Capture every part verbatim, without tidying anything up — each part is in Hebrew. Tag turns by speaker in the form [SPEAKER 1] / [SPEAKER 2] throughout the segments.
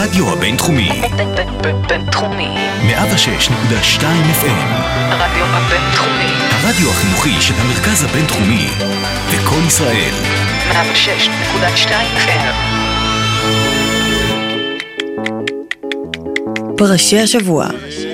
[SPEAKER 1] הרדיו הבינתחומי.
[SPEAKER 2] בינתחומי.
[SPEAKER 1] מאה ושש נקודה שתיים אף אם.
[SPEAKER 2] הרדיו הבינתחומי.
[SPEAKER 1] הרדיו החינוכי של המרכז הבינתחומי. וכל ישראל.
[SPEAKER 2] מאה ושש נקודה שתיים אף אם.
[SPEAKER 3] פרשי השבוע.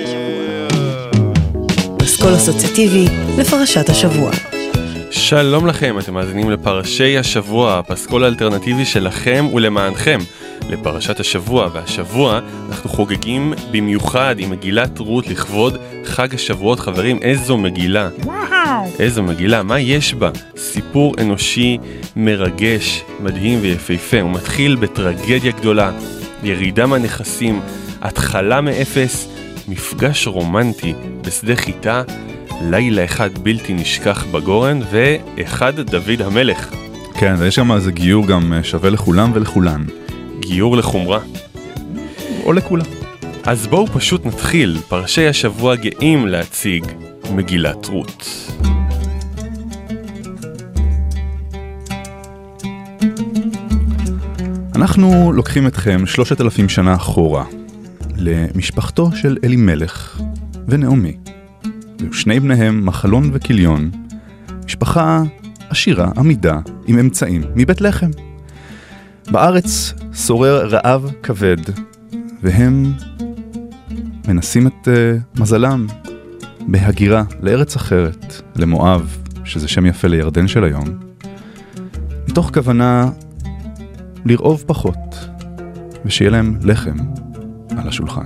[SPEAKER 3] פסקול אסוציאטיבי לפרשת השבוע.
[SPEAKER 4] שלום לכם, אתם מאזינים לפרשי השבוע, הפסקול האלטרנטיבי שלכם ולמענכם לפרשת השבוע, והשבוע אנחנו חוגגים במיוחד עם מגילת רות לכבוד חג השבועות. חברים, איזו מגילה, וואו. איזו מגילה, מה יש בה? סיפור אנושי מרגש, מדהים ויפהפה. הוא מתחיל בטרגדיה גדולה, ירידה מהנכסים, התחלה מאפס, מפגש רומנטי בשדה חיטה, לילה אחד בלתי נשכח בגורן, ואחד דוד המלך.
[SPEAKER 5] כן, ויש שם איזה גיור גם שווה לכולם ולכולן.
[SPEAKER 4] גיור לחומרה.
[SPEAKER 5] או לכולם.
[SPEAKER 4] אז בואו פשוט נתחיל. פרשי השבוע גאים להציג מגילת רות.
[SPEAKER 5] אנחנו לוקחים אתכם שלושת אלפים שנה אחורה, למשפחתו של אלימלך ונעמי. ושני בניהם, מחלון וקיליון, משפחה עשירה, עמידה, עם אמצעים, מבית לחם. בארץ שורר רעב כבד, והם מנסים את uh, מזלם בהגירה לארץ אחרת, למואב, שזה שם יפה לירדן של היום, מתוך כוונה לרעוב פחות, ושיהיה להם לחם על השולחן.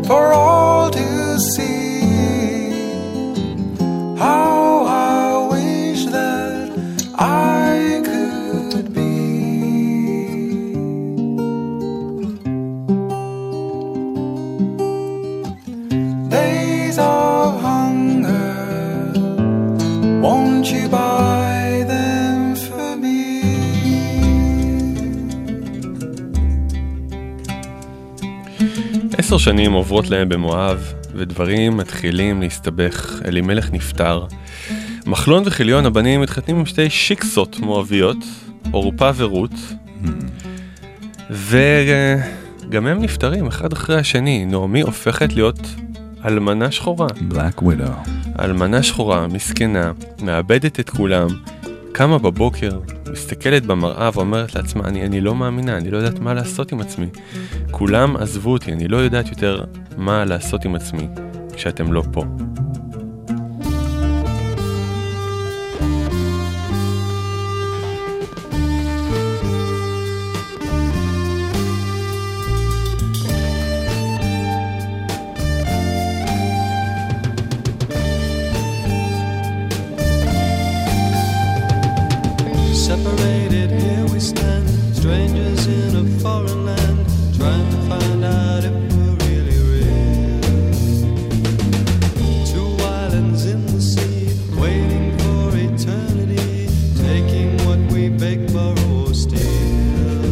[SPEAKER 6] How I wish won't you buy them for me?
[SPEAKER 4] עשר שנים עוברות להם במואב, ודברים מתחילים להסתבך. אלימלך נפטר. מחלון וחיליון הבנים מתחתנים עם שתי שיקסות מואביות, אורפה ורות, וגם הם נפטרים אחד אחרי השני. נעמי הופכת להיות אלמנה שחורה.
[SPEAKER 5] Black Widow.
[SPEAKER 4] אלמנה שחורה, מסכנה, מאבדת את כולם, קמה בבוקר, מסתכלת במראה ואומרת לעצמה, אני, אני לא מאמינה, אני לא יודעת מה לעשות עם עצמי. כולם עזבו אותי, אני לא יודעת יותר מה לעשות עם עצמי כשאתם לא פה.
[SPEAKER 6] Separated, here we stand, strangers in a foreign land, trying to find out if we're really real. Two islands in the sea, waiting for eternity, taking what we beg, borrow, or steal.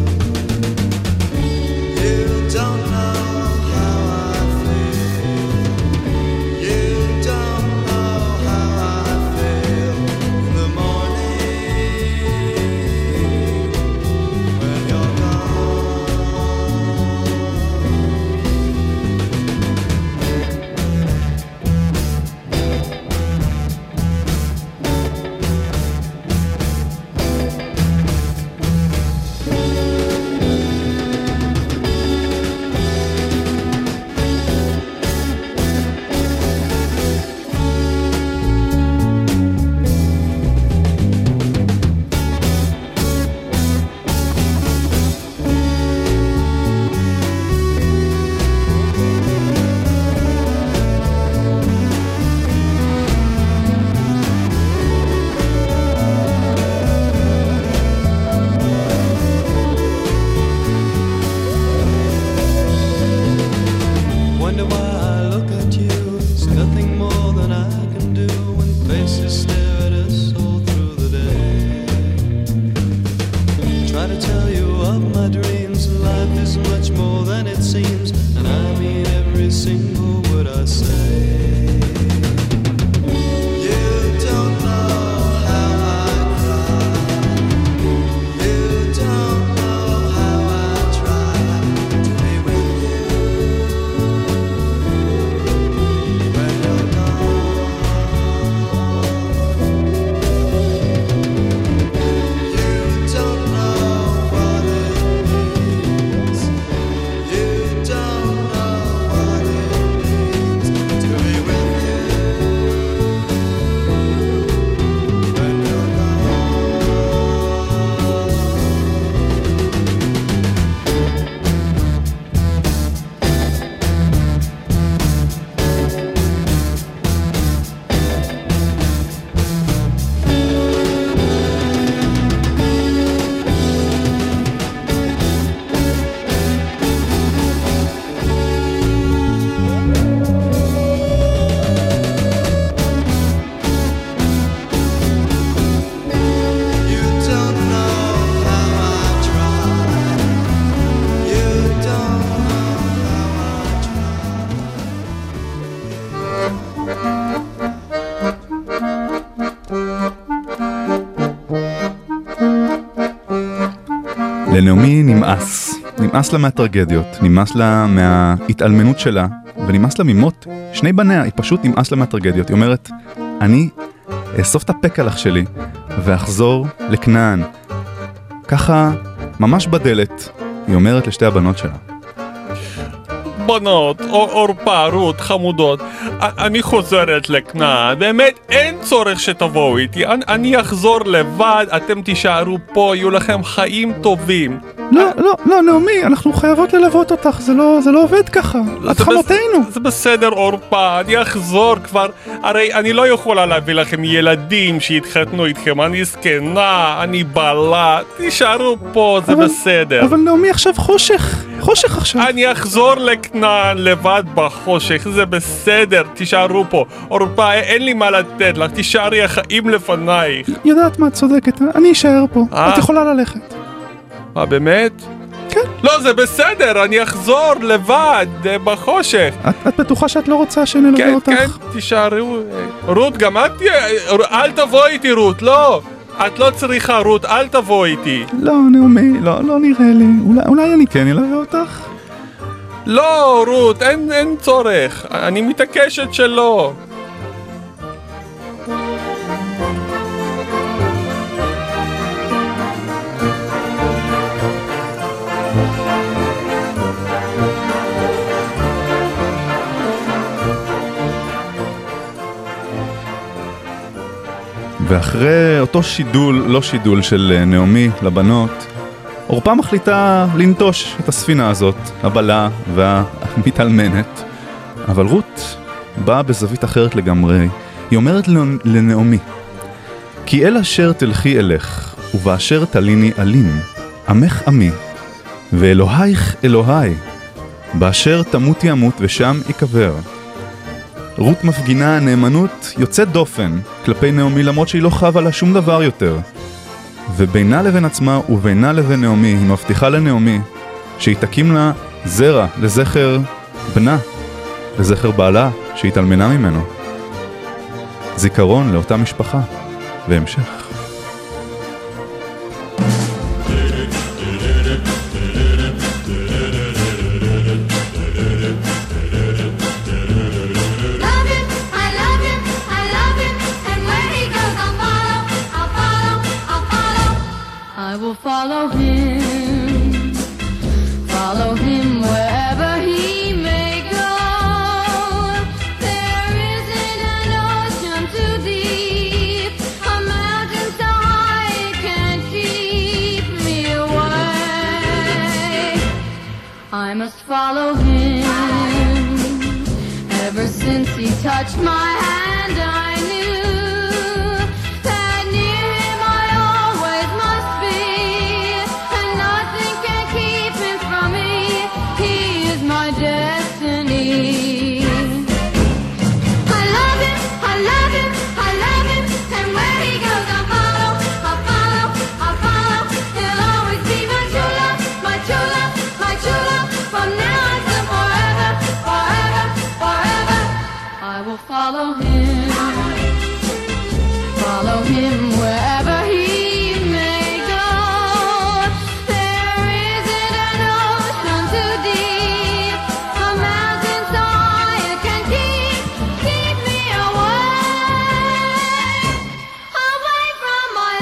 [SPEAKER 6] You don't know how I feel. You don't know how I feel in the morning. When you're wonder why I look at you. It's nothing more than I can do when faces stare at us all through the day. Try to tell you of my dreams. Life is much more than it seems, and I mean every single word I say. You don't know how I cry. You don't know how I try to be with you. When you're gone, you don't know what it means. You don't know what it means to be with you. When you're You don't know how I try. You don't know how I try.
[SPEAKER 5] לנעמי נמאס, נמאס לה מהטרגדיות, נמאס לה מההתעלמנות שלה, ונמאס לה ממות שני בניה, היא פשוט נמאס לה מהטרגדיות. היא אומרת, אני אאסוף את הפקלח שלי ואחזור לכנען. ככה, ממש בדלת, היא אומרת לשתי הבנות שלה.
[SPEAKER 4] בנות, אורפה, רות, חמודות, אני חוזרת לכנען, באמת אין צורך שתבואו איתי, אני אחזור לבד, אתם תישארו פה, יהיו לכם חיים טובים.
[SPEAKER 5] לא, לא, לא, נעמי, אנחנו חייבות ללוות אותך, זה לא, זה לא עובד ככה. את
[SPEAKER 4] זה
[SPEAKER 5] חמותנו.
[SPEAKER 4] בס- זה בסדר, אורפה, אני אחזור כבר. הרי אני לא יכולה להביא לכם ילדים שיתחתנו איתכם, אני זקנה, אני בעלה, תישארו פה, זה
[SPEAKER 5] אבל-
[SPEAKER 4] בסדר.
[SPEAKER 5] אבל נעמי עכשיו חושך, חושך עכשיו.
[SPEAKER 4] אני אחזור לכנען לבד בחושך, זה בסדר, תישארו פה. אורפה, אין לי מה לתת לך, תישארי החיים לפנייך.
[SPEAKER 5] יודעת מה, את צודקת, אני אשאר פה.
[SPEAKER 4] אה.
[SPEAKER 5] את יכולה ללכת.
[SPEAKER 4] מה, באמת?
[SPEAKER 5] כן.
[SPEAKER 4] לא, זה בסדר, אני אחזור לבד, אה, בחושך.
[SPEAKER 5] את, את בטוחה שאת לא רוצה שנלווה
[SPEAKER 4] כן,
[SPEAKER 5] אותך?
[SPEAKER 4] כן, תישארו. אה, רות, גם את תהיה... אה, אל תבוא איתי, רות, לא. את לא צריכה, רות, אל תבוא איתי.
[SPEAKER 5] לא, נעמי, לא, לא נראה לי. אולי, אולי אני כן אלווה אותך?
[SPEAKER 4] לא, רות, אין, אין צורך. אני מתעקשת שלא.
[SPEAKER 5] ואחרי אותו שידול, לא שידול של נעמי לבנות, אורפה מחליטה לנטוש את הספינה הזאת, הבלה והמתעלמנת. אבל רות באה בזווית אחרת לגמרי. היא אומרת לנעמי, כי אל אשר תלכי אלך, ובאשר תליני אלים, עמך עמי, ואלוהיך אלוהי, באשר תמותי אמות ושם יקבר. רות מפגינה נאמנות יוצאת דופן כלפי נעמי, למרות שהיא לא חווה לה שום דבר יותר. ובינה לבין עצמה ובינה לבין נעמי היא מבטיחה לנעמי שהיא תקים לה זרע לזכר בנה, לזכר בעלה שהתעלמנה ממנו. זיכרון לאותה משפחה והמשך.
[SPEAKER 7] Love him, I love him, I love him, and where he goes I'll follow, I'll follow, I'll follow. I will follow him, follow him wherever he may go. There isn't an ocean too deep, a mountain so high it can't keep me away. I must follow him. Ever since he touched my hand, I knew that near him I always must be, and nothing can keep him from me. He is my destiny. I love him, I love him, I love him, and where he goes I'll follow, I'll follow, I'll follow. He'll always be my true love, my true love, my true love, from now on till forever, forever, forever. I will follow him, follow him wherever he may go. There isn't an ocean too deep, a mountain so high it can keep, keep me away, away from my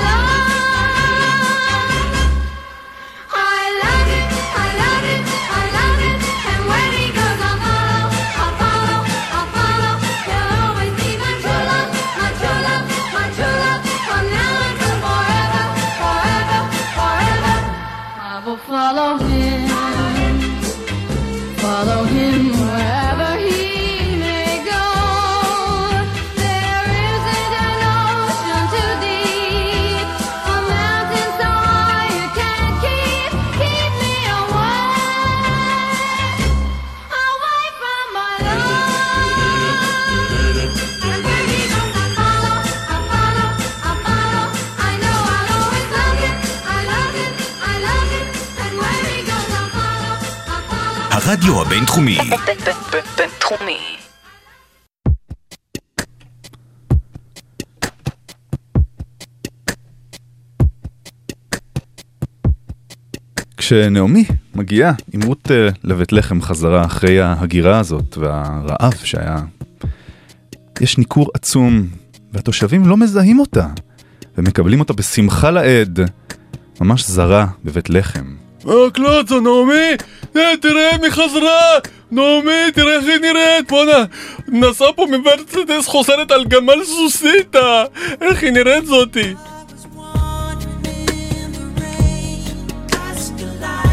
[SPEAKER 7] love. I love him, I love him, I love him, and where he goes I'll follow, I'll follow, I'll follow. He'll always be my true love, my true love, my true love, from now until forever, forever, forever. I will follow him, follow him wherever he may go. There isn't an ocean too deep, a mountain so high it can't keep, keep me away, away from my love. And where he goes I'll follow, I'll follow, I'll follow. I know I'll always love him, I love him, I love him, and where he goes I'll follow, I'll follow.
[SPEAKER 1] הרדיו הבינתחומי.
[SPEAKER 2] בינתחומי.
[SPEAKER 5] כשנעמי מגיעה עם רות אה, לבית לחם חזרה אחרי ההגירה הזאת והרעב שהיה, יש ניכור עצום והתושבים לא מזהים אותה ומקבלים אותה בשמחה לעד, ממש זרה בבית לחם.
[SPEAKER 4] הקלט, זו נעמי, אה, תראה מי חזרה, נעמי, תראה איך היא נראית, בואנה, נסע פה מברצדס חוסרת על גמל סוסיתה, איך היא נראית זאתי.
[SPEAKER 8] I was wandering in the rain, past the light.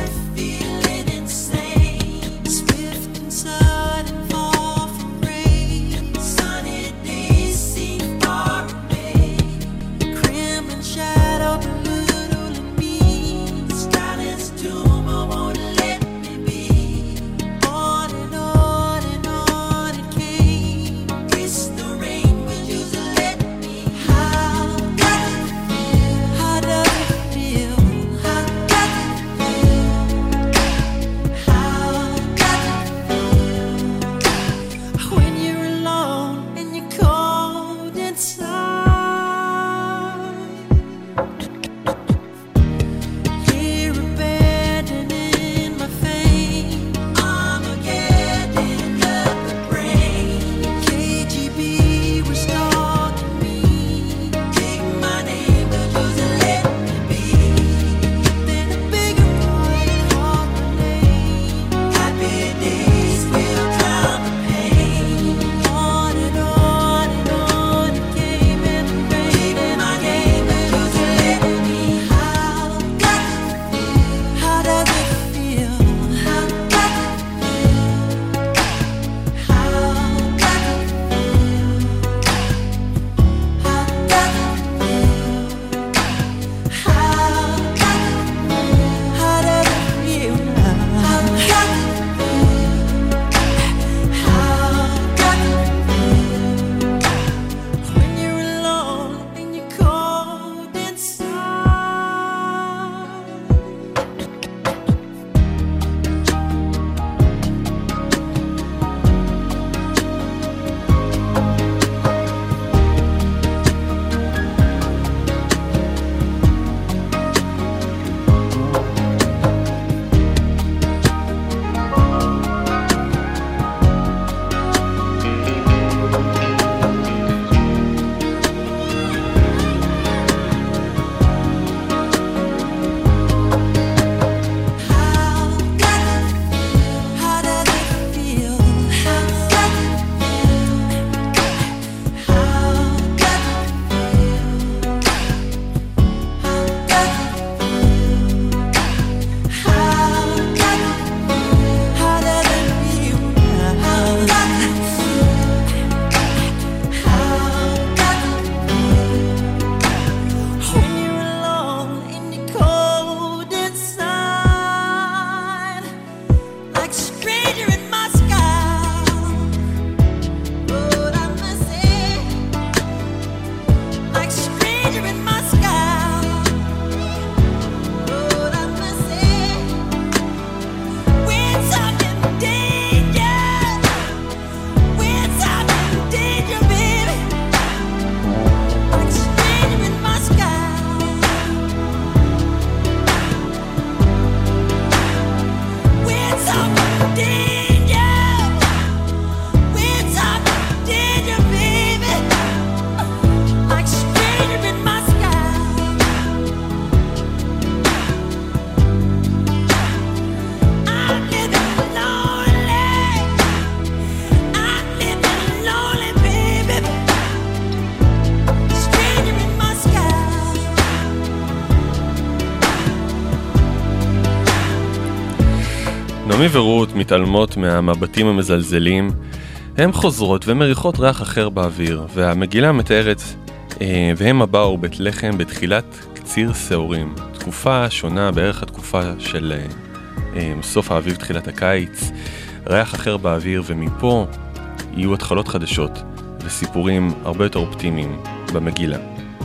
[SPEAKER 4] נעמי ורות מתעלמות מהמבטים המזלזלים, הן חוזרות ומריחות ריח אחר באוויר, והמגילה מתארת, אה, והם באו בית לחם בתחילת קציר שעורים, תקופה שונה בערך התקופה של אה, אה, סוף האביב תחילת הקיץ, ריח אחר באוויר, ומפה יהיו התחלות חדשות וסיפורים הרבה יותר אופטימיים במגילה.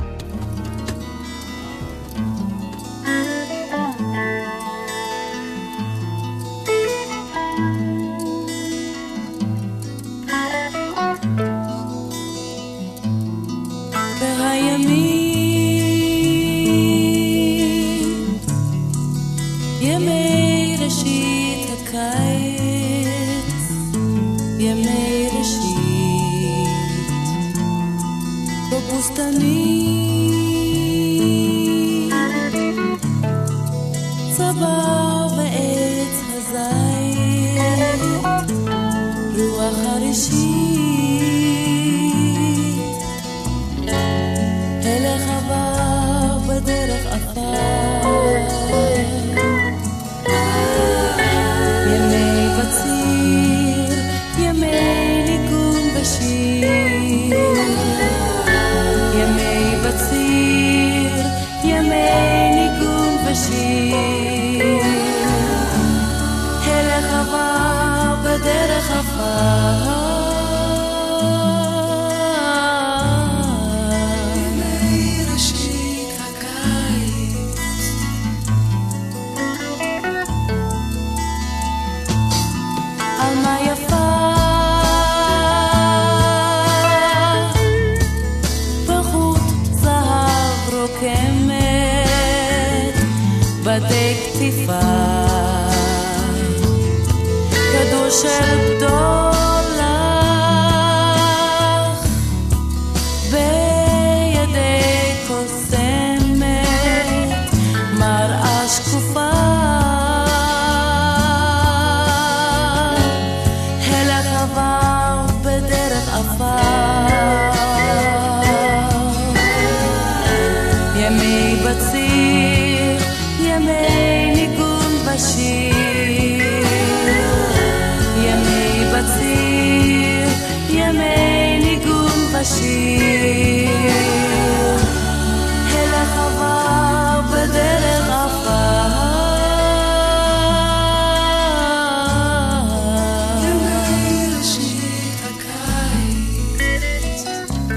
[SPEAKER 8] ימי ראשית הקיץ, ימי ראשית בבוסתנים, צבר ועץ הזית, רוח הראשית, הלך עבר בדרך עפר, ימי בציר, ימי ניגון בשיר, ימי בציר, ימי ניגון בשיר, הלך עבר בדרך עפר, ימי ראשית הקיץ, עלמה יפה בחוט זהב רוקמת בדי כתיפה, כדור של גדול לך בידי קוסמת, מראה שקופה, הלך עבר בדרך עפר, ימי בציר, ימי ניגון בשיר, ימי בציר, ימי ניגון בשיר, הלך עבר בדרך עפר, ימי ראשית הקיץ,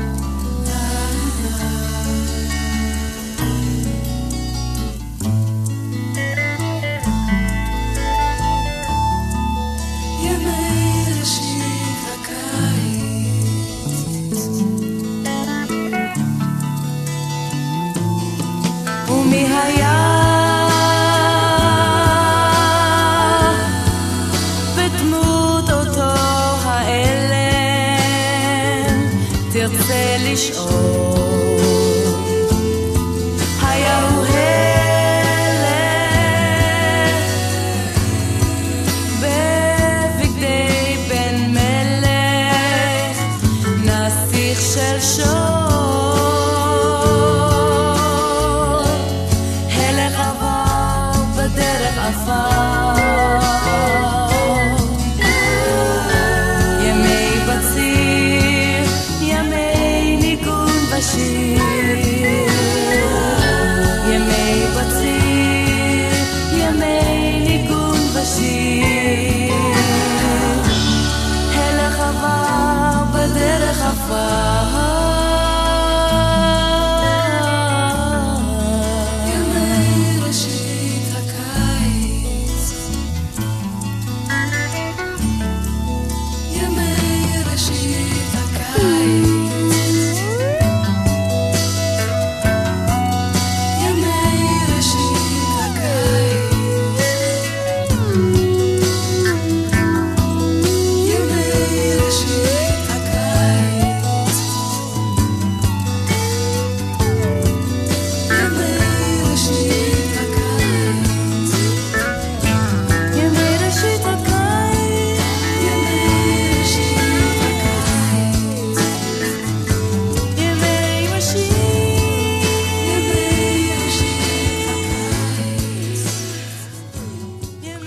[SPEAKER 8] ימי ראשית הקיץ, ומי היה בדמות אותו האלם תרצה לשאול, היה הוא הלך בבגדי בן מלך, נסיך של שור, הלך עבר בדרך עפר, ימי בציר, ימי ניגון בשיר, ימי בציר, ימי ניגון בשיר, הלך עבר בדרך עפר, ימי ראשית הקיץ, ימי ראשית הקיץ, ימי ראשית הקיץ, ימי ראשית הקיץ,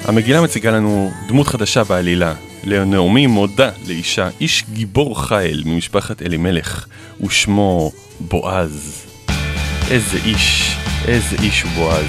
[SPEAKER 4] המגילה מציגה לנו דמות חדשה בעלילה. נעמי מודה לאישה, איש גיבור חיל ממשפחת אלימלך, ושמו בועז. איזה איש, איזה איש הוא בועז.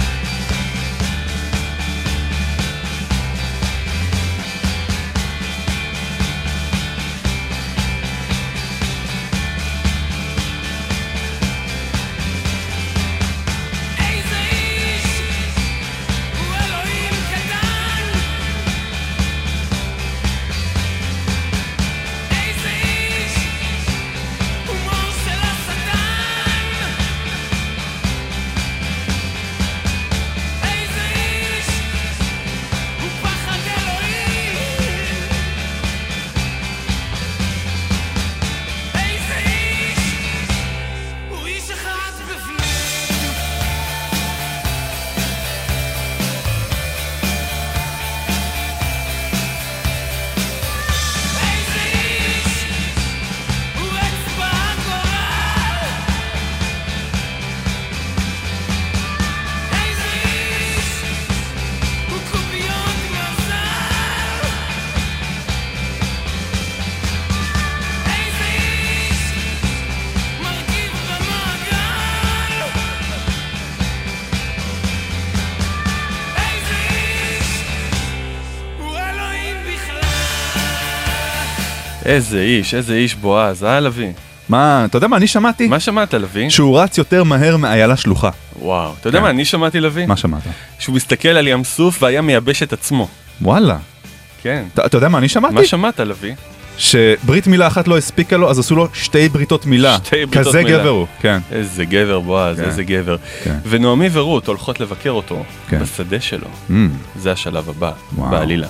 [SPEAKER 4] איזה איש, איזה איש בועז, אה לוי?
[SPEAKER 5] מה, אתה יודע מה אני שמעתי?
[SPEAKER 4] מה שמעת לוי?
[SPEAKER 5] שהוא רץ יותר מהר מאיילה שלוחה.
[SPEAKER 4] וואו, אתה יודע
[SPEAKER 5] כן.
[SPEAKER 4] מה אני שמעתי לוי?
[SPEAKER 5] מה שמעת?
[SPEAKER 4] שהוא מסתכל על ים סוף והיה מייבש את עצמו.
[SPEAKER 5] וואלה.
[SPEAKER 4] כן.
[SPEAKER 5] אתה אתה יודע מה אני שמעתי?
[SPEAKER 4] מה שמעת לוי?
[SPEAKER 5] שברית מילה אחת לא הספיקה לו, אז עשו לו שתי בריתות מילה.
[SPEAKER 4] שתי בריתות
[SPEAKER 5] כזה
[SPEAKER 4] מילה.
[SPEAKER 5] גבר הוא, כן.
[SPEAKER 4] איזה גבר בועז,
[SPEAKER 5] כן.
[SPEAKER 4] איזה גבר.
[SPEAKER 5] כן.
[SPEAKER 4] ונעמי ורות הולכות לבקר אותו
[SPEAKER 5] כן.
[SPEAKER 4] בשדה שלו.
[SPEAKER 5] Mm.
[SPEAKER 4] זה השלב הבא,
[SPEAKER 5] וואו.
[SPEAKER 4] בעלילה.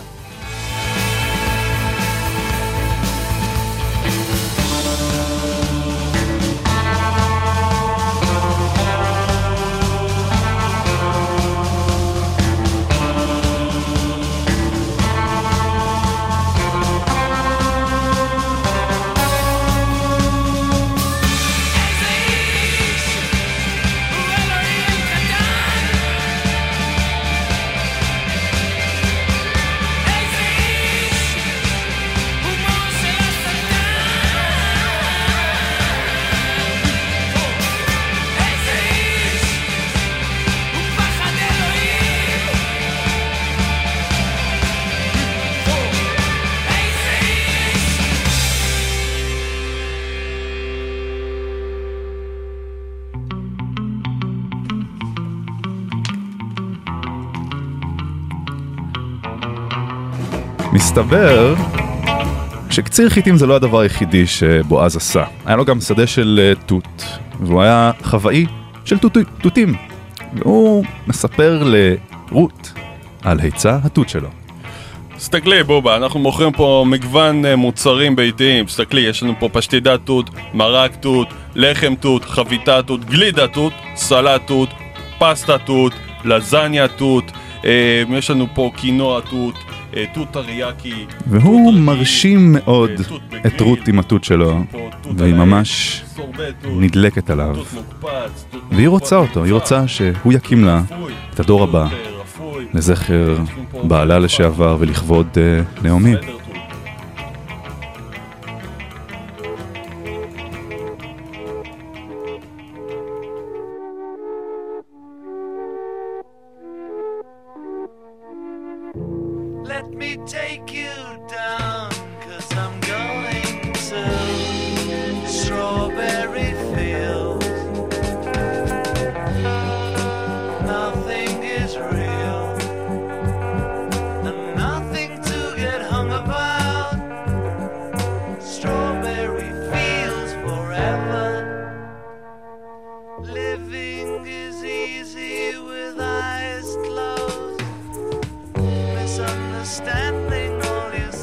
[SPEAKER 5] מסתבר שקציר חיטים זה לא הדבר היחידי שבועז עשה. היה לו גם שדה של uh, תות, והוא היה חוואי של תות, תותים. והוא מספר לרות על היצע התות שלו.
[SPEAKER 4] סתכלי בובה, אנחנו מוכרים פה מגוון uh, מוצרים ביתיים. סתכלי, יש לנו פה פשטידת תות, מרק תות, לחם תות, חביתה תות, גלידה תות, סלט תות, פסטה תות, לזניה תות, uh, יש לנו פה קינוע תות, תות טריאקי,
[SPEAKER 5] והוא מרשים מאוד את רות עם התות שלו, והיא ממש נדלקת עליו, והיא רוצה אותו, היא רוצה שהוא יקים לה את הדור הבא לזכר בעלה לשעבר ולכבוד uh, נעמי.
[SPEAKER 6] Let me take you down, 'cause I'm going to strawberry fields. Nothing is real, and nothing to get hung about. Strawberry fields forever. Living is easy with eyes closed. Misunderstanding all is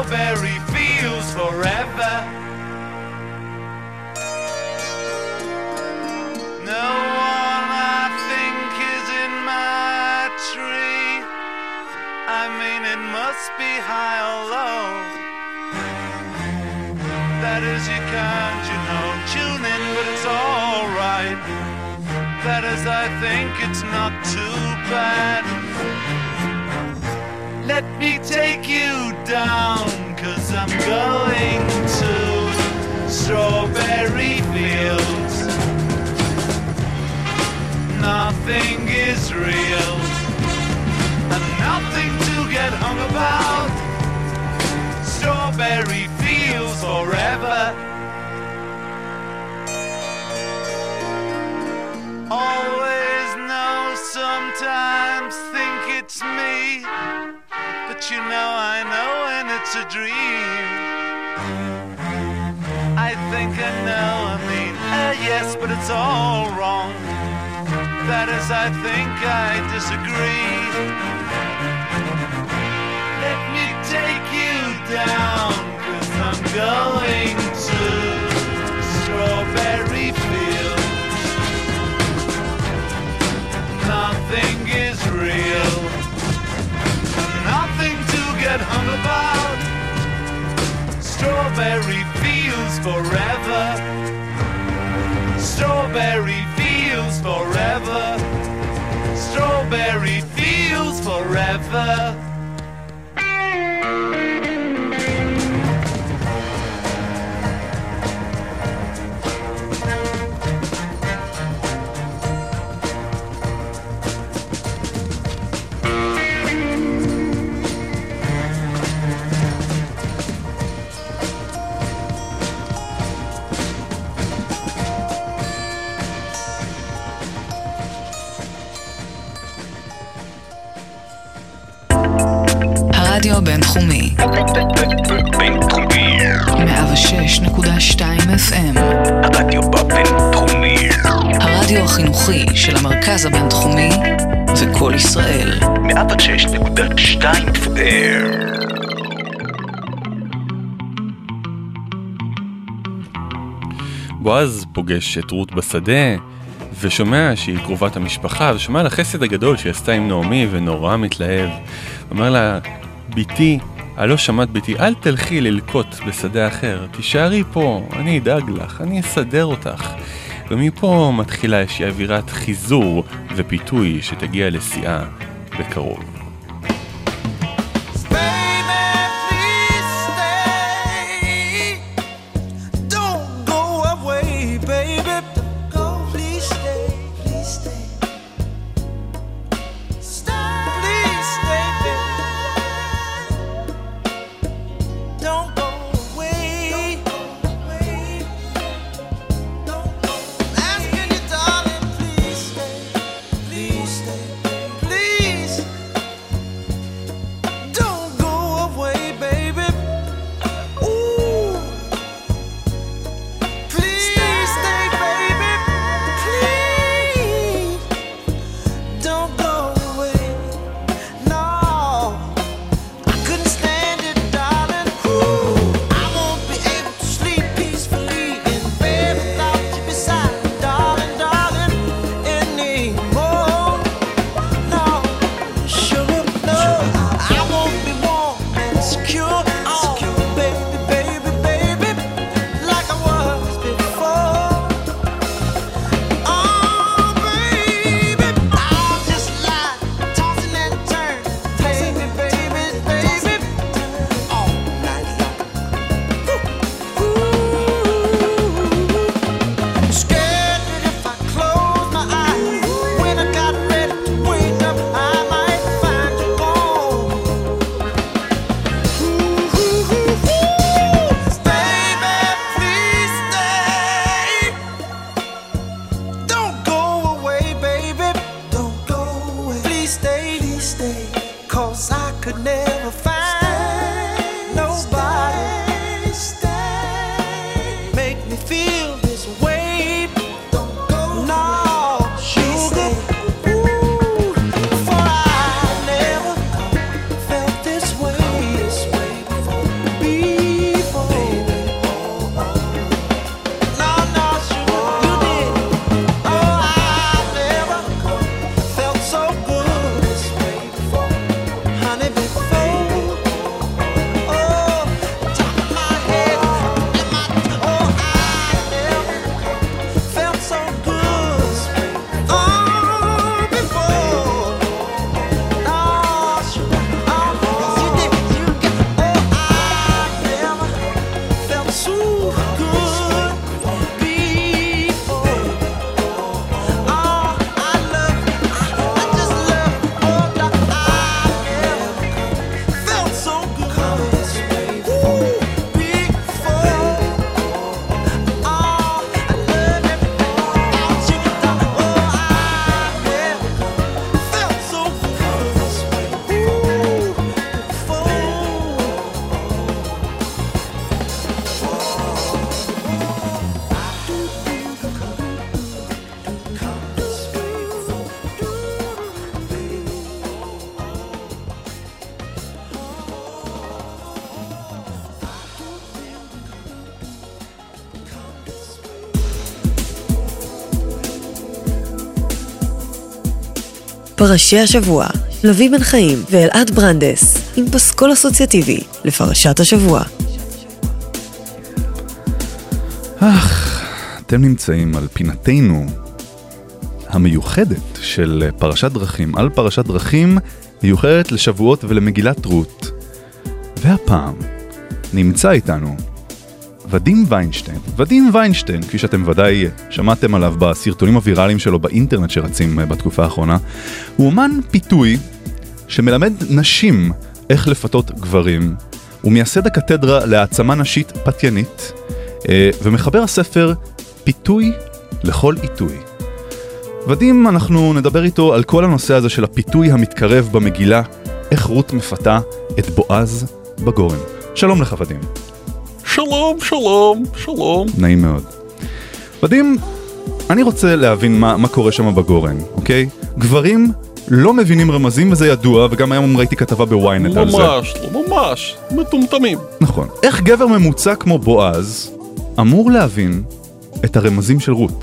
[SPEAKER 6] strawberry fields forever. No one I think is in my tree. I mean it must be high or low. That is you can't, you know, tune in but it's alright. That is I think it's not too bad. Let me take you down, 'cause I'm going to strawberry fields. Nothing is real, and nothing to get hung about. Strawberry fields forever. Always know, sometimes think it's me. But you know I know when it's a dream. I think I know, I mean, uh, yes, but it's all wrong. That is, I think I disagree. Let me take you down, 'cause I'm going to strawberry fields. Nothing is real, nothing to get hung about. Strawberry fields forever. Strawberry fields forever. Strawberry fields forever.
[SPEAKER 2] הרדיו הבינתחומי
[SPEAKER 1] בינתחומי.
[SPEAKER 2] מאה ושש נקודה שתיים אף אם.
[SPEAKER 1] הרדיו בבינתחומי.
[SPEAKER 2] הרדיו החינוכי של המרכז הבינתחומי וכל ישראל.
[SPEAKER 1] מאה ושש נקודה שתיים אף אם.
[SPEAKER 4] בועז פוגש את רות בשדה ושומע שהיא קרובת המשפחה, ושומע על החסד הגדול שהיא עשתה עם נעמי ונורא מתלהב. אומר לה, ביתי, הלא שמעת ביתי, אל תלכי ללקוט בשדה אחר, תישארי פה, אני אדאג לך, אני אסדר אותך. ומפה מתחילה איזושהי אווירת חיזור ופיתוי שתגיע לשיאה בקרוב.
[SPEAKER 6] Please
[SPEAKER 3] פרשי השבוע, לוי בן חיים ואלעד ברנדס, עם פסקול אסוציאטיבי לפרשת השבוע.
[SPEAKER 5] אך, אתם נמצאים על פינתנו המיוחדת של פרשת דרכים, על פרשת דרכים מיוחדת לשבועות ולמגילת רות. והפעם נמצא איתנו ודים ויינשטיין. ודים ויינשטיין, כפי שאתם ודאי שמעתם עליו בסרטונים הוויראליים שלו באינטרנט שרצים בתקופה האחרונה, הוא אומן פיתוי שמלמד נשים איך לפתות גברים. הוא מייסד הקתדרה להעצמה נשית פתיינית, ומחבר הספר פיתוי לכל עיתוי. ודים, אנחנו נדבר איתו על כל הנושא הזה של הפיתוי המתקרב במגילה, איך רות מפתה את בועז בגורן. שלום לך ודים.
[SPEAKER 4] שלום, שלום, שלום.
[SPEAKER 5] נעים מאוד. ודים, אני רוצה להבין מה, מה קורה שם בגורן, אוקיי? גברים לא מבינים רמזים וזה ידוע, וגם היום ראיתי כתבה בוויינט על זה.
[SPEAKER 4] ממש, לא ממש, מטומטמים.
[SPEAKER 5] נכון. איך גבר ממוצע כמו בועז אמור להבין את הרמזים של רות?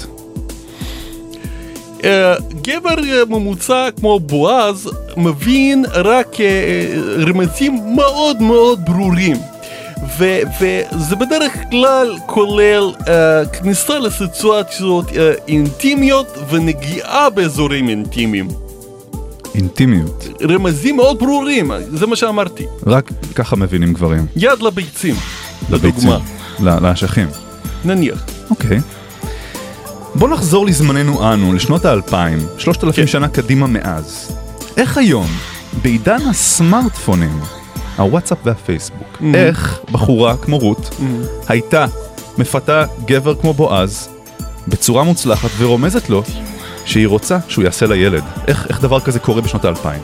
[SPEAKER 4] Uh, גבר uh, ממוצע כמו בועז מבין רק uh, רמזים מאוד מאוד ברורים, ו- וזה בדרך כלל כולל uh, כניסה לסיטואציות uh, אינטימיות ונגיעה באזורים אינטימיים.
[SPEAKER 5] אינטימיות.
[SPEAKER 4] רמזים מאוד ברורים, זה מה שאמרתי.
[SPEAKER 5] רק ככה מבינים גברים.
[SPEAKER 4] יד לביצים,
[SPEAKER 5] לביצים.
[SPEAKER 4] לדוגמה.
[SPEAKER 5] ל- לאשכים.
[SPEAKER 4] נניח.
[SPEAKER 5] אוקיי. בוא נחזור לזמננו אנו, לשנות האלפיים, שלושת אלפים
[SPEAKER 4] כן.
[SPEAKER 5] שנה קדימה מאז. איך היום, בעידן הסמארטפונים, הוואטסאפ והפייסבוק,
[SPEAKER 4] Mm-hmm.
[SPEAKER 5] איך בחורה כמו רות
[SPEAKER 4] Mm-hmm.
[SPEAKER 5] הייתה מפתה גבר כמו בועז בצורה מוצלחת ורומזת לו שהיא רוצה שהוא יעשה לילד? איך, איך דבר כזה קורה בשנות האלפיים?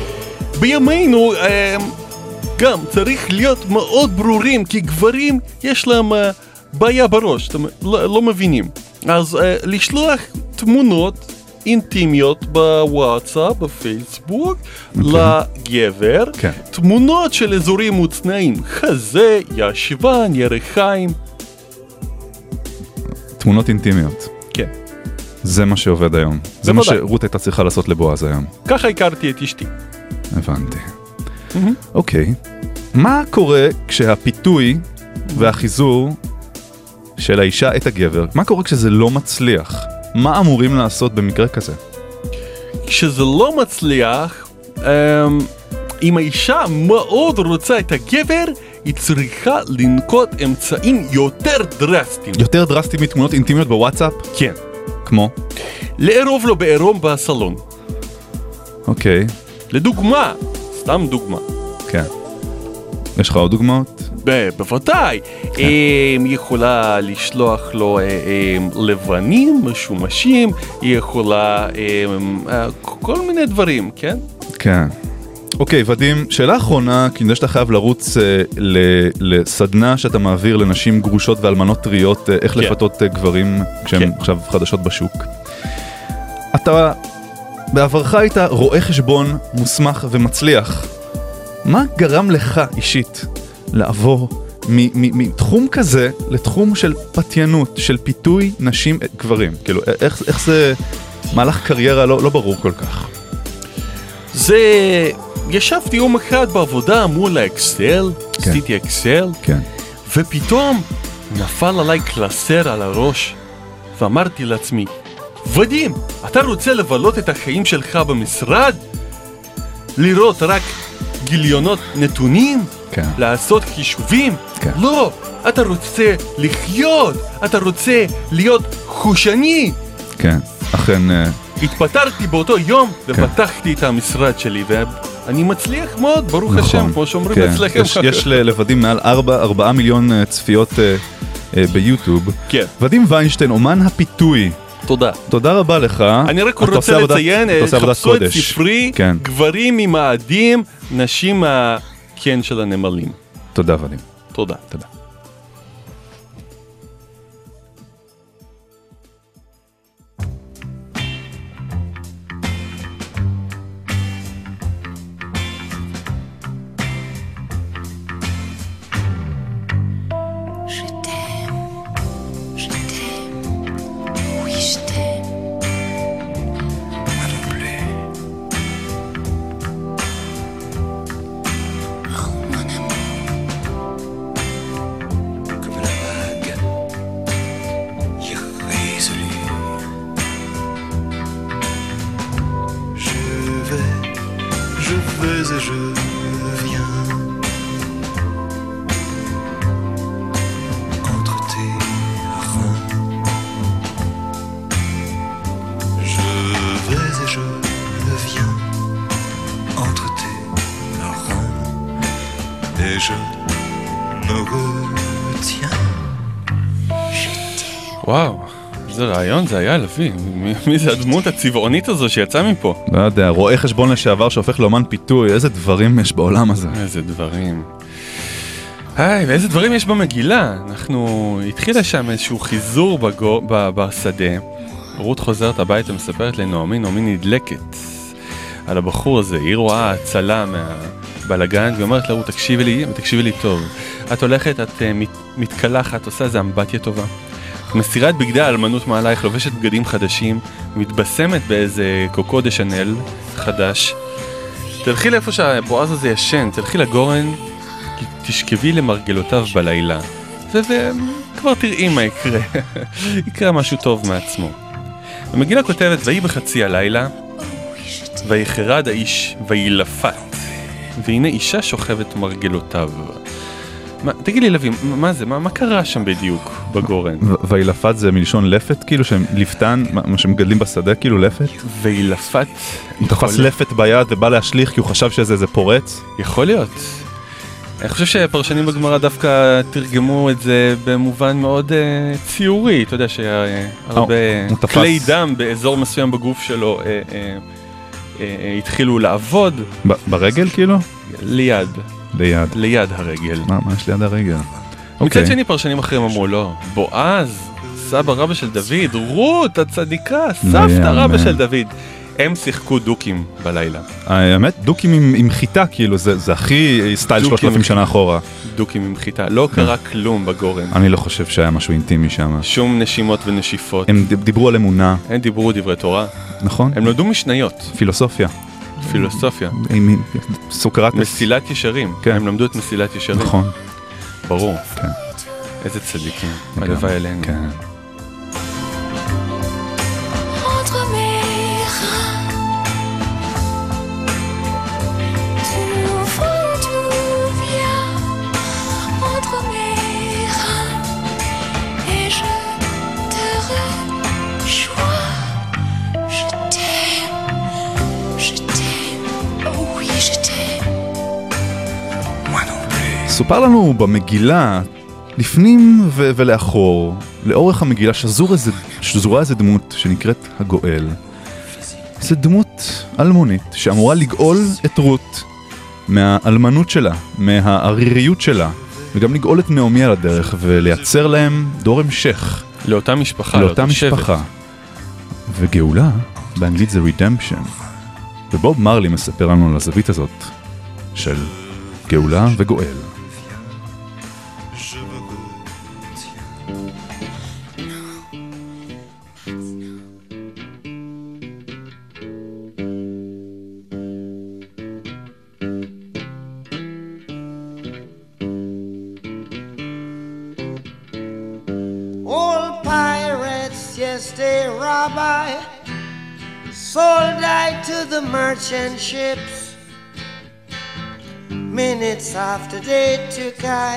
[SPEAKER 4] בימינו אה, גם צריך להיות מאוד ברורים, כי גברים יש להם אה, בעיה בראש, אתם לא, לא מבינים. אז אה, לשלוח תמונות אינטימיות בוואטסאפ, בפייסבוק,
[SPEAKER 5] Okay.
[SPEAKER 4] לגבר,
[SPEAKER 5] כן.
[SPEAKER 4] תמונות של אזורים מוצנעים, חזה, ישבן, ירחיים.
[SPEAKER 5] תמונות אינטימיות.
[SPEAKER 4] כן.
[SPEAKER 5] זה מה שעובד היום. זה מה
[SPEAKER 4] בוודאי.
[SPEAKER 5] שרות הייתה צריכה לעשות לבועז היום.
[SPEAKER 4] ככה הכרתי את אשתי.
[SPEAKER 5] הבנתי. אוקיי. מה קורה כשהפיתוי והחיזור של האישה את הגבר, מה קורה כשזה לא מצליח? מה אמורים לעשות במקרה כזה?
[SPEAKER 4] כשזה לא מצליח, אמ, אם האישה מאוד רוצה את הגבר, היא צריכה לנקוט אמצעים יותר דרסטיים.
[SPEAKER 5] יותר דרסטי מתמונות אינטימיות בוואטסאפ?
[SPEAKER 4] כן.
[SPEAKER 5] כמו?
[SPEAKER 4] לערוב לו בעירום בסלון.
[SPEAKER 5] אוקיי.
[SPEAKER 4] לדוגמה, סתם דוגמה.
[SPEAKER 5] כן. יש לך עוד דוגמאות?
[SPEAKER 4] ב- בוודאי. היא יכולה לשלוח לו אה, אה, לבנים, משומשים, היא יכולה אה, אה, כל מיני דברים, כן?
[SPEAKER 5] כן. אוקיי, ודים, שאלה אחרונה, כי אני יודע שאתה חייב לרוץ אה, ל- לסדנה שאתה מעביר לנשים גרושות ואלמנות טריות, אה, איך
[SPEAKER 4] כן.
[SPEAKER 5] לפתות אה, גברים כשהם
[SPEAKER 4] כן.
[SPEAKER 5] עכשיו חדשות בשוק. אתה בעברך היית רואה חשבון מוסמך ומצליח. מה גרם לך אישית לעבור מ- מ- מתחום כזה לתחום של פתיינות, של פיתוי נשים גברים? כאילו, איך, איך זה מהלך קריירה לא, לא ברור כל כך?
[SPEAKER 4] זה... ישבתי יום אחד בעבודה מול האקסל,
[SPEAKER 5] כן.
[SPEAKER 4] עשיתי אקסל,
[SPEAKER 5] כן.
[SPEAKER 4] ופתאום נפל עליי קלסר על הראש, ואמרתי לעצמי, ודים, אתה רוצה לבלות את החיים שלך במשרד? לראות רק גיליונות נתונים?
[SPEAKER 5] כן.
[SPEAKER 4] לעשות חישובים?
[SPEAKER 5] כן.
[SPEAKER 4] לא, אתה רוצה לחיות, אתה רוצה להיות חושני.
[SPEAKER 5] כן, אכן... אה,
[SPEAKER 4] התפטרתי באותו יום ופתחתי את המשרד שלי, ואני מצליח מאוד, ברוך
[SPEAKER 5] נכון.
[SPEAKER 4] השם, כמו שאומרים
[SPEAKER 5] כן.
[SPEAKER 4] אצלכם.
[SPEAKER 5] יש, יש ללבדים מעל ארבעה מיליון אה, צפיות אה, אה, ביוטיוב.
[SPEAKER 4] כן.
[SPEAKER 5] ודים ויינשטיין, אומן הפיתוי.
[SPEAKER 4] תודה.
[SPEAKER 5] תודה רבה לך.
[SPEAKER 4] אני רק
[SPEAKER 5] אתה עושה
[SPEAKER 4] רוצה
[SPEAKER 5] עבודת-
[SPEAKER 4] לציין,
[SPEAKER 5] אתה עושה עבודת
[SPEAKER 4] חפשו את
[SPEAKER 5] קודש.
[SPEAKER 4] ספרי,
[SPEAKER 5] כן.
[SPEAKER 4] גברים ממאדים, נשים מהקן של הנמלים.
[SPEAKER 5] תודה ודים.
[SPEAKER 4] תודה.
[SPEAKER 5] תודה.
[SPEAKER 8] Je t'aime, je t'aime, oui je t'aime. Moi non plus.
[SPEAKER 6] je viens entre tes reins. Je vais et je viens entre tes reins et je me retiens.
[SPEAKER 4] וואו, איזה רעיון זה היה, לביא. מי- מי זה הדמות הצבעונית הזו שיצאה מפה?
[SPEAKER 5] לא יודע, רואה חשבון לשעבר שהופך לאומן פיתוי, איזה דברים יש בעולם הזה.
[SPEAKER 4] איזה דברים. היי, ואיזה דברים יש במגילה? אנחנו... התחילה שם איזשהו חיזור בגו... ב... בשדה. רות חוזרת הביתה, מספרת לנעמי, נעמי נדלקת על הבחור הזה. היא רואה הצלה מהבלגן, ואומרת לה, תקשיבי לי, ותקשיבי לי טוב. את הולכת, את uh, מת... מתקלחת, עושה איזה אמבטיה טובה. את מסירה את בגדי האלמנות מעלייך, לובשת בגדים חדשים, מתבשמת באיזה קוקו דה שנל חדש. תלכי לאיפה שהבועז הזה ישן, תלכי לגורן, תשכבי למרגלותיו בלילה, וכבר תראי מה יקרה. יקרה משהו טוב מעצמו. המגילה כותבת, ויהי בחצי הלילה, ויחרד האיש, וילפת, והנה אישה שוכבת מרגלותיו. מה, תגיד לי לוי, מה זה? מה, מה קרה שם בדיוק בגורן?
[SPEAKER 5] ו- וילפת זה מלשון לפת, כאילו שהם לפתן, מה מה שמגדלים בשדה, כאילו לפת?
[SPEAKER 4] וילפת...
[SPEAKER 5] הוא תפס לפת ביד ובא להשליך כי הוא חשב שזה איזה פורץ?
[SPEAKER 4] יכול להיות. אני חושב שפרשנים בגמרא דווקא תרגמו את זה במובן מאוד uh, ציורי, אתה יודע שהרבה
[SPEAKER 5] הוא תפס-
[SPEAKER 4] כלי דם באזור מסוים בגוף שלו uh, uh, uh, uh, התחילו לעבוד
[SPEAKER 5] ב- ברגל כאילו?
[SPEAKER 4] ליד,
[SPEAKER 5] ליד.
[SPEAKER 4] ליד הרגל.
[SPEAKER 5] מה מה יש ליד הרגל?
[SPEAKER 4] מצד
[SPEAKER 5] אוקיי.
[SPEAKER 4] שני פרשנים אחרים אמרו לא, בועז, סבא רבא של דוד, רות הצדיקה, סבתא
[SPEAKER 5] יאמן.
[SPEAKER 4] רבא של דוד, הם שיחקו דוקים בלילה.
[SPEAKER 5] האמת, דוקים עם, עם חיטה, כאילו, זה, זה הכי סטייל
[SPEAKER 4] דוקים
[SPEAKER 5] שלושת אלפים
[SPEAKER 4] עם
[SPEAKER 5] שנה אחורה.
[SPEAKER 4] דוקים עם חיטה, לא קרה כלום בגורן.
[SPEAKER 5] אני לא חושב שהיה משהו אינטימי שם.
[SPEAKER 4] שום נשימות ונשיפות.
[SPEAKER 5] הם ד- דיברו על אמונה,
[SPEAKER 4] הם דיברו דברי תורה.
[SPEAKER 5] נכון?
[SPEAKER 4] הם למדו משניות,
[SPEAKER 5] פילוסופיה.
[SPEAKER 4] פילוסופיה,
[SPEAKER 5] עם- עם- סוקרטס.
[SPEAKER 4] מסילת ישרים.
[SPEAKER 5] כן.
[SPEAKER 4] הם למדו את מסילת ישרים.
[SPEAKER 5] נכון.
[SPEAKER 4] ברור.
[SPEAKER 5] כן.
[SPEAKER 4] איזה צדיקים.
[SPEAKER 5] לגמרי.
[SPEAKER 4] הלוואי אלינו.
[SPEAKER 5] כן.
[SPEAKER 8] Entre mes reins, tu ouvres, tu viens entre mes reins et je te rejoins. Je t'aime, je t'aime, oh oui je t'aime.
[SPEAKER 6] Moi non plus.
[SPEAKER 5] סופר לנו במגילה, לפנים ו- ולאחור, לאורך המגילה שזור איזה, שזורה איזה דמות שנקראת הגואל. זו דמות אלמונית שאמורה לגאול את רות מהאלמנות שלה, מהעריריות שלה, וגם לגאול את נעמי על הדרך ולייצר להם דור המשך
[SPEAKER 4] לאותה משפחה,
[SPEAKER 5] לאותה
[SPEAKER 4] שבט.
[SPEAKER 5] משפחה. וגאולה, באנגלית זה redemption. ובוב מרלי מספר לנו על הזווית הזאת של גאולה וגואל.
[SPEAKER 6] Je me retiens.
[SPEAKER 9] Old pirates, yes, they rabbi, sold I to the merchant ships. Minutes after they took I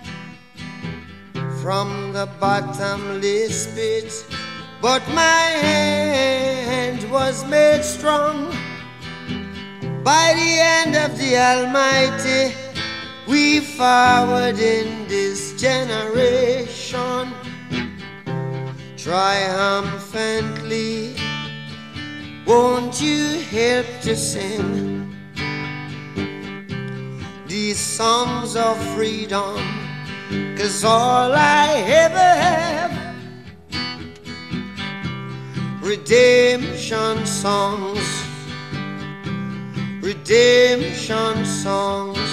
[SPEAKER 9] from the bottomless pit, but my hand was made strong by the hand of the Almighty. We forward in this generation triumphantly. Won't you help to sing these songs of freedom? 'Cause all I ever have, redemption songs, redemption songs.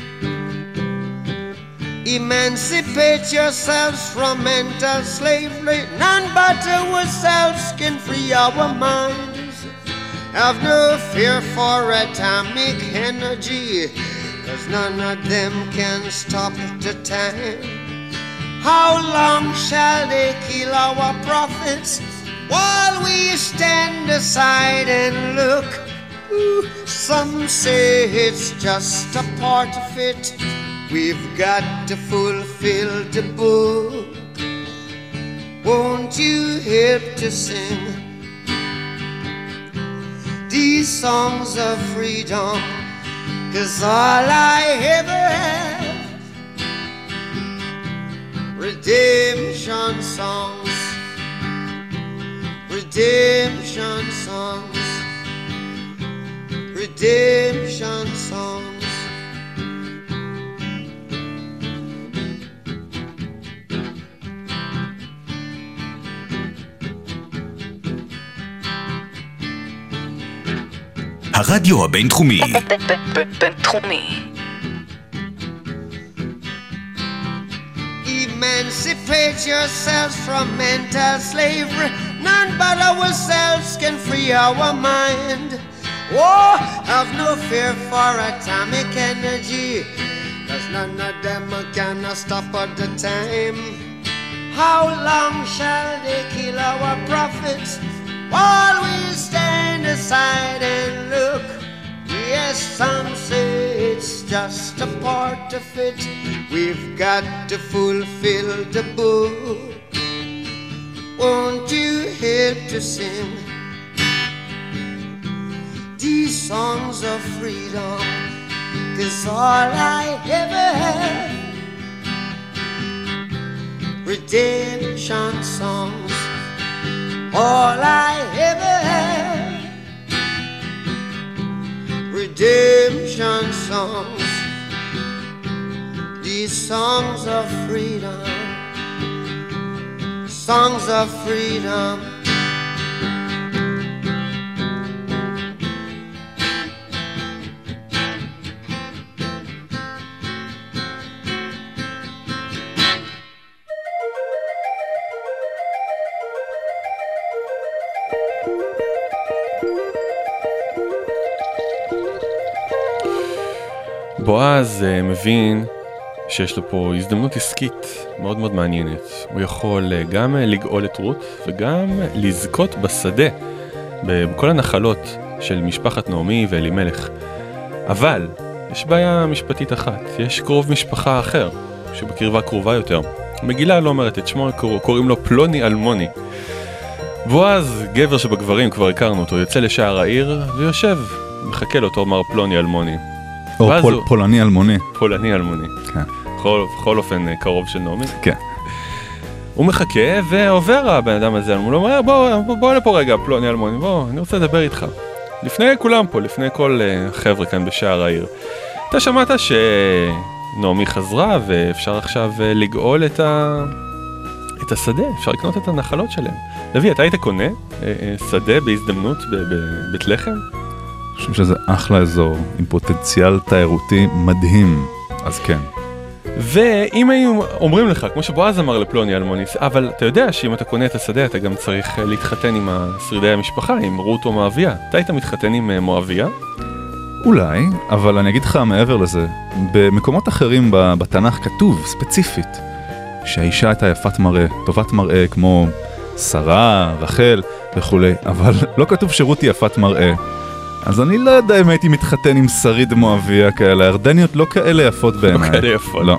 [SPEAKER 9] Emancipate yourselves from mental slavery. None but ourselves can free our minds. Have no fear for atomic energy, 'cause none of them can stop the time. How long shall they kill our prophets while we stand aside and look? Some say it's just a part of it. We've got to fulfill the book. Won't you help to sing these songs of freedom? 'Cause all I ever have, redemption songs, redemption songs, redemption songs.
[SPEAKER 1] הרדיו הבינתחומי.
[SPEAKER 2] בינתחומי.
[SPEAKER 9] Emancipate yourselves from mental slavery. None but ourselves can free our mind. Oh, have no fear for atomic energy, 'cause none of them can stop at the time. How long shall they kill our prophets while we stand aside and look? Yes, some say it's just a part of it. We've got to fulfill the book. Won't you help to sing these songs of freedom? 'Cause all I ever had, redemption songs. All I ever had, redemption songs. These songs of freedom, songs of freedom.
[SPEAKER 4] בועז uh, מבין שיש לו פה הזדמנות עסקית מאוד מאוד מעניינת. הוא יכול uh, גם uh, לגאול את רות וגם uh, לזכות בשדה בכל הנחלות של משפחת נעמי ואלימלך. אבל יש בעיה משפטית אחת, יש קרוב משפחה אחר שבקרבה קרובה יותר. מגילה לא אומרת את שמו, קוראים לו פלוני אלמוני. בועז, גבר שבגברים כבר הכרנו אותו, יוצא לשער העיר ויושב, מחכה לו אותו מר פלוני אלמוני.
[SPEAKER 5] או פול, הוא... פולני אלמוני.
[SPEAKER 4] פולני אלמוני.
[SPEAKER 5] כן.
[SPEAKER 4] בכל, בכל אופן קרוב של נעמי.
[SPEAKER 5] כן.
[SPEAKER 4] הוא מחכה ועובר הבן אדם הזה, הוא אומר, בוא, בוא, בוא לפה רגע, פלוני אלמוני, בוא, אני רוצה לדבר איתך. לפני כולם פה, לפני כל uh, חבר'ה כאן בשער העיר. אתה שמעת שנעמי חזרה ואפשר עכשיו uh, לגאול את, ה... את השדה, אפשר לקנות את הנחלות שלהם. לוי, אתה היית קונה uh, uh, שדה בהזדמנות בבית לחם?
[SPEAKER 5] אני חושב שזה אחלה אזור, עם פוטנציאל תיירותי מדהים, אז כן.
[SPEAKER 4] ואם היו אומרים לך, כמו שבועז אמר לפלוני אלמוני, אבל אתה יודע שאם אתה קונה את השדה, אתה גם צריך להתחתן עם שרידי המשפחה, עם רות או מואביה. אתה היית מתחתן עם מואביה?
[SPEAKER 5] אולי, אבל אני אגיד לך מעבר לזה, במקומות אחרים בתנ"ך כתוב ספציפית, שהאישה הייתה יפת מראה, טובת מראה, כמו שרה, רחל וכו', אבל לא כתוב שרות היא יפת מראה. אז אני לא יודע אם הייתי מתחתן עם שריד מואביה כאלה, הירדניות לא כאלה יפות בעיניי.
[SPEAKER 4] לא כאלה יפות.
[SPEAKER 5] לא.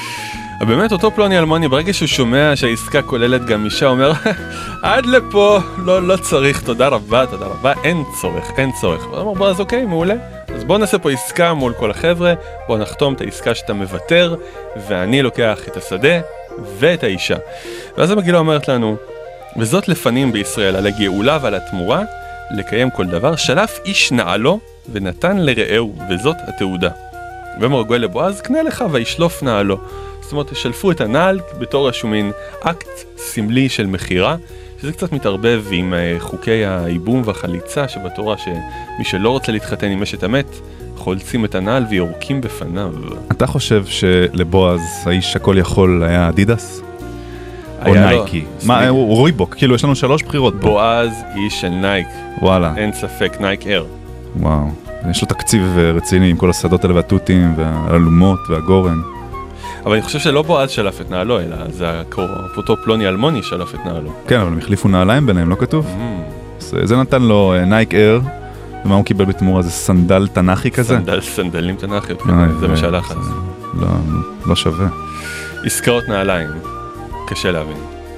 [SPEAKER 4] באמת אותו פלוני אלמוני, ברגע שהוא שומע שהעסקה כוללת גם אישה, אומר, עד לפה, לא, לא צריך, תודה רבה, תודה רבה, אין צורך, אין צורך. הוא אומר, בוא, אז אוקיי, מעולה. אז בוא נעשה פה עסקה מול כל החבר'ה, בוא נחתום את העסקה שאתה מוותר, ואני לוקח את השדה ואת האישה. ואז המגילה אומרת לנו, וזאת לפנים בישראל, על הגאולה ועל התמורה, לקיים כל דבר, שלף איש נעלו ונתן לרעהו, וזאת התעודה. ומרגל לבועז, קנה לך וישלוף נעלו. זאת אומרת, שלפו את הנעל בתור איזשהו מין אקט סמלי של מחירה, שזה קצת מתערבב עם חוקי האיבום והחליצה שבתורה, שמי שלא רוצה להתחתן עם אשת המת, חולצים את הנעל ויורקים בפניו. אתה
[SPEAKER 5] חושב שלבועז האיש הכל יכול היה אדידס? או נייקי? מה, הוא רויבוק, כאילו יש לנו שלוש בחירות פה.
[SPEAKER 4] בועז איש של נייק.
[SPEAKER 5] וואלה.
[SPEAKER 4] אין ספק, נייק אר.
[SPEAKER 5] וואו, יש לו תקציב רציני עם כל השדות האלה והתותים והאלומות והגורן.
[SPEAKER 4] אבל אני חושב שלא בועז שלף את נעלו, אלא זה אותו פלוני אלמוני שלף את נעלו.
[SPEAKER 5] כן, אבל הם החליפו נעליים ביניהם, לא כתוב? זה נתן לו נייק אר, ומה הוא קיבל בתמורה? זה סנדל תנכי כזה?
[SPEAKER 4] סנדל, סנדלים תנכי,
[SPEAKER 5] אוי,
[SPEAKER 4] זה מה שהלך אז.
[SPEAKER 5] לא, לא שווה.
[SPEAKER 4] עסקאות נעליים, קשה להבין.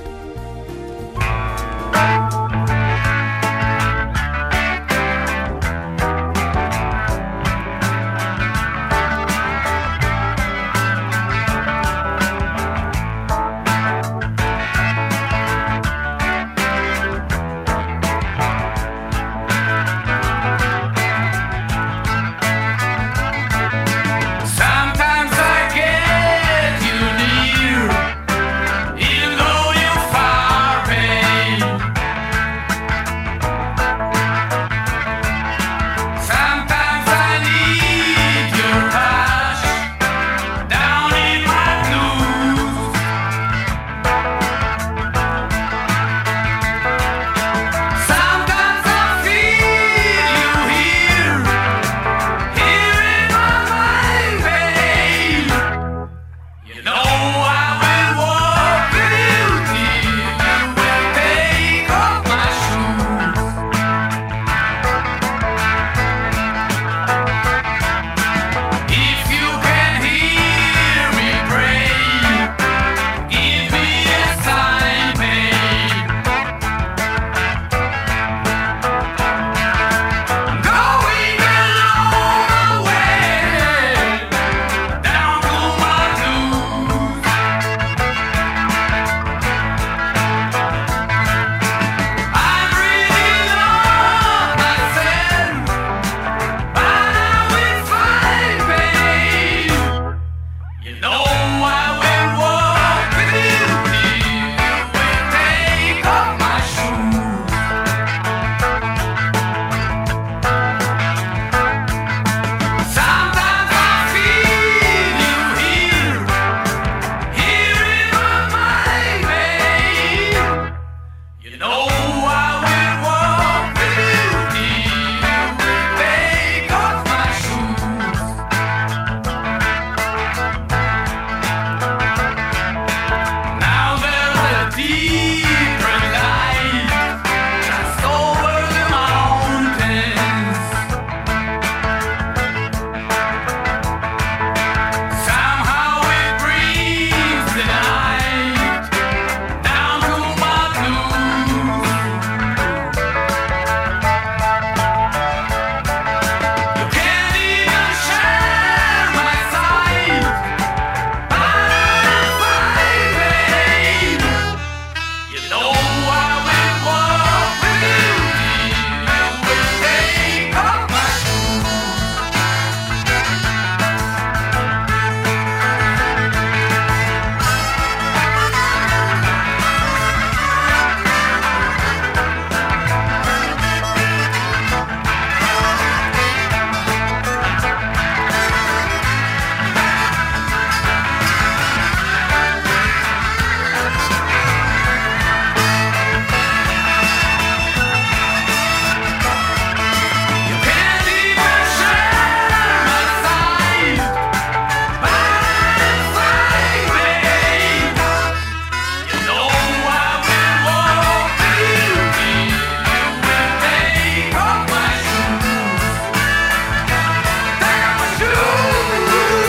[SPEAKER 10] Sometimes I get you near, even though you're far away. Sometimes I need your touch down in my blues. Sometimes I feel you here, here in my mind, babe. You know I will walk with you till you will take off my shoes. If you can hear me pray, give me a sign, babe. I'm going along my way, down to my blues. I really love myself, but I will find, babe. You know I will walk with you till you will take off my shoes. Sometimes I feel you here, here in my mind, babe. You know I will walk with you till you will take off my shoes. Now there's a deeper light just over the mountains. Somehow it brings the night down to my blues. You can't even share my sight, but I'm fine, babe. You know I will walk with you till you will take off my shoes. You can't even share my sight, but I'm fine, babe. You know I will walk with you till you will take off my shoes. Take off my shoes.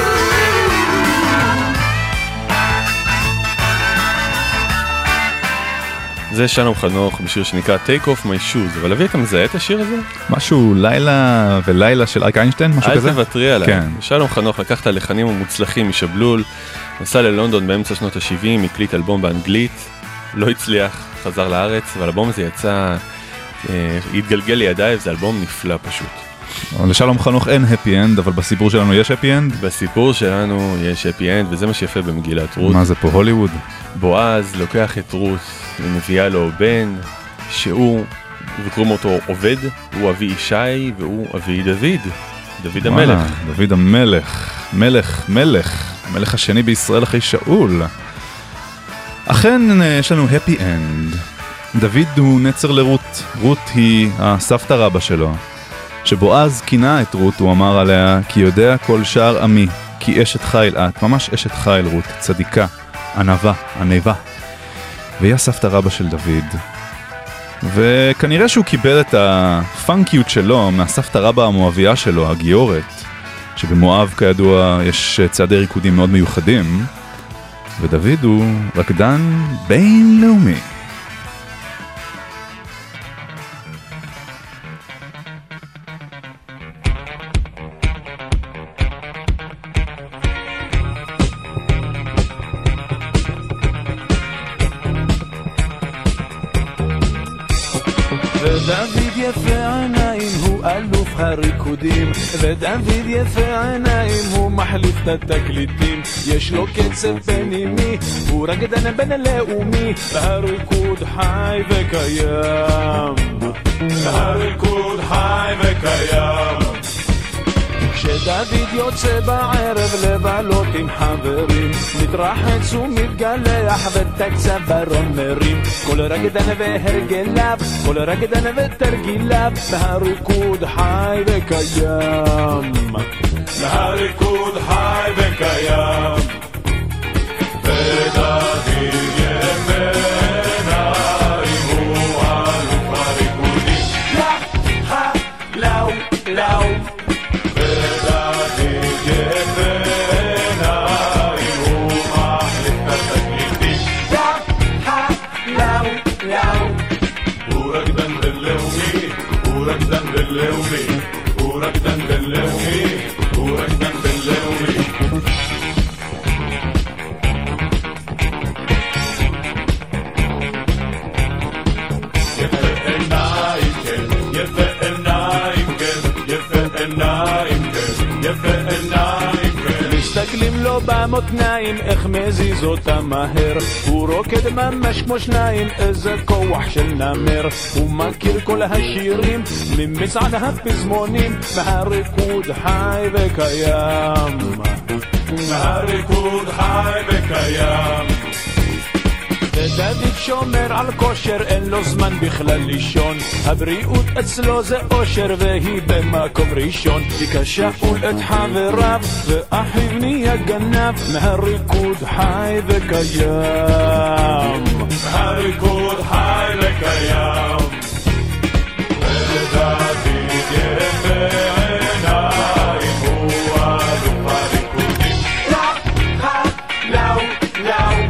[SPEAKER 4] זה שלום חנוך בשיר שנקרא Take Off My Shoes, אבל אבי, אתה מזהה את השיר הזה?
[SPEAKER 5] משהו לילה ולילה של אריק איינשטיין, משהו
[SPEAKER 4] אל
[SPEAKER 5] כזה?
[SPEAKER 4] תוותרי עליו.
[SPEAKER 5] כן.
[SPEAKER 4] שלום חנוך לקח את הלחנים המוצלחים משבלול, נסע ללונדון באמצע שנות ה-שבעים, הקליט אלבום באנגלית, לא הצליח, חזר לארץ, והאלבום הזה יצא, אה, התגלגל לידיי, וזה אלבום נפלא פשוט.
[SPEAKER 5] לשלום חנוך אין הפי אנד, אבל בסיפור שלנו יש הפי אנד?
[SPEAKER 4] בסיפור שלנו יש הפי אנד, וזה מה שיפה במגילת רות.
[SPEAKER 5] מה זה פה, הוליווד?
[SPEAKER 4] בועז לוקח את רות ומביאה לו בן, שהוא, וקוראים אותו עובד, הוא אבי ישי והוא אבי דוד, דוד
[SPEAKER 5] וואלה,
[SPEAKER 4] המלך.
[SPEAKER 5] דוד המלך, מלך, מלך, המלך השני בישראל אחרי שאול. אכן יש לנו הפי אנד. דוד הוא נצר לרות, רות היא הסבתא רבא שלו. שבועז כינה את רות, הוא אמר עליה, כי יודע כל שער עמי, כי אשת חיל את, ממש אשת חיל רות, צדיקה, ענבה, ענבה. והיא הסבתא רבא של דוד. וכנראה שהוא קיבל את הפאנקיות שלו מהסבתא רבא המואביה שלו, הגיורת, שבמואב כידוע יש צעדי ריקודים מאוד מיוחדים, ודוד הוא רקדן בינלאומי.
[SPEAKER 11] ודוד יפה עיניים הוא אלוף הריקודים, ודוד יפה עיניים הוא מחליף את התקליטים, יש לו קצב פנימי, הוא רקדן בינלאומי, והריקוד חי וקיים, והריקוד חי וקיים. כשדוד יוצא בערב לבלות עם חברים, מתרחץ ומתגלח ואת הצווארון מרים, כל רקדן והרגליו, כל רקדן ותרגיליו, והריקוד חי וקיים, והריקוד חי וקיים. ודוד יפה עיניים הוא אלוף הריקודים, לא, לא, לא. בינלאומי, הוא רקדן בינלאומי, הוא רקדן בינלאומי. יפה עיניים כן, יפה עיניים כן, יפה עיניים כן, יפה עיניים כן. מסתכלים לו במותניים איך מזיז אותה מהר, הוא רוקד ממש כמו שניים, איזה כוח של נמר, הוא מכיר כל השירים ממצעד הפזמונים, והריקוד חי וקיים, והריקוד חי וקיים. ודוד שומר על כושר, אין לו זמן בכלל לישון, הבריאות אצלו זה אושר והיא במקום ראשון, יקשאול את חבריו ואחיו נהיה גנב, מהריקוד חי וקיים, הריקוד חי וקיים. ודוד יפה עיניים הוא אלוף הריקודים, לא, לא, לא.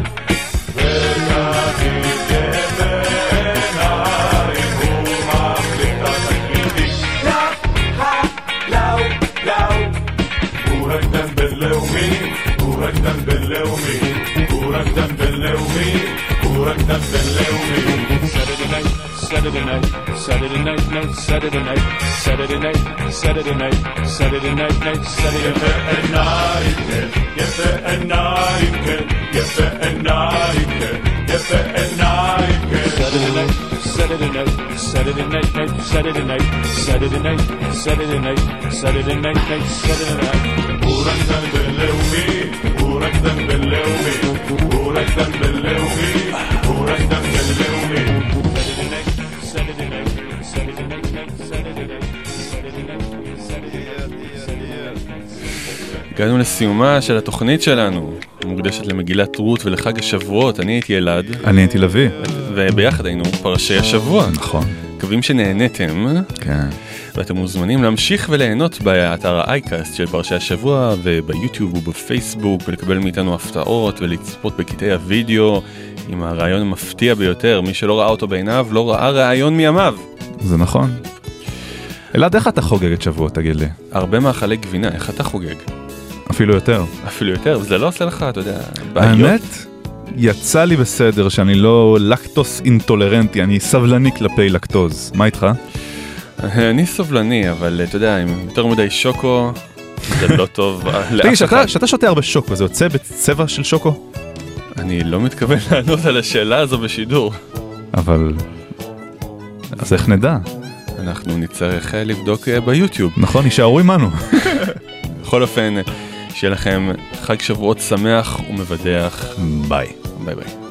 [SPEAKER 11] הוא רקדן בינלאומי, הוא רקדן בינלאומי, הוא רקדן בינלאומי. Saturday night, Saturday night, Saturday night, night, Saturday night, Saturday night, Saturday night, Saturday night, night, Saturday night. יפה עיניים כן, יפה עיניים כן, יפה עיניים כן, יפה עיניים כן. Saturday night, Saturday night, Saturday night, night, Saturday night, Saturday night, Saturday night, Saturday night, night, Saturday night. הוא רקדן בינלאומי, הוא רקדן בינלאומי, הוא רקדן בינלאומי, הוא רקדן בינלאומי. Saturday night, Saturday night, Saturday night, Saturday night, Saturday night, Saturday night.
[SPEAKER 4] הגענו לסיומה של התוכנית שלנו, מוקדשת למגילת רות ולחג השבועות. אני הייתי אלעד.
[SPEAKER 5] אני הייתי לוי.
[SPEAKER 4] וביחד היינו פרשי השבוע.
[SPEAKER 5] נכון.
[SPEAKER 4] מקווים שנהנתם.
[SPEAKER 5] כן.
[SPEAKER 4] ואתם מוזמנים להמשיך וליהנות באתר האייקאסט של פרשי השבוע וביוטיוב ובפייסבוק, ולקבל מאיתנו הפתעות ולצפות בקטעי הוידאו עם הרעיון המפתיע ביותר. מי שלא ראה אותו בעיניו לא ראה רעיון מימיו.
[SPEAKER 5] זה נכון. אלעד, איך אתה חוגג את שבוע, תגיד לי?
[SPEAKER 4] הרבה מאכלי גבינה, איך אתה חוגג?
[SPEAKER 5] אפילו יותר.
[SPEAKER 4] אפילו יותר, וזה לא עושה לך, אתה יודע, בעיות.
[SPEAKER 5] האמת, יצא לי בסדר שאני לא לקטוס אינטולרנטי, אני סבלני כלפי לקטוז. מה איתך?
[SPEAKER 4] אני סובלני, אבל אתה יודע, עם יותר מדי שוקו, זה לא טוב לאף אחד.
[SPEAKER 5] תגיד, שאתה שותה הרבה שוקו, זה יוצא בצבע של שוקו?
[SPEAKER 4] אני לא מתכוון לענות על השאלה הזו בשידור.
[SPEAKER 5] אבל... אז איך נדע?
[SPEAKER 4] אנחנו נצטרך לבדוק ביוטיוב.
[SPEAKER 5] נכון, יישארו עמנו.
[SPEAKER 4] בכל אופן, שיהיה לכם חג שבועות שמח ומבדח.
[SPEAKER 5] ביי.
[SPEAKER 4] ביי ביי.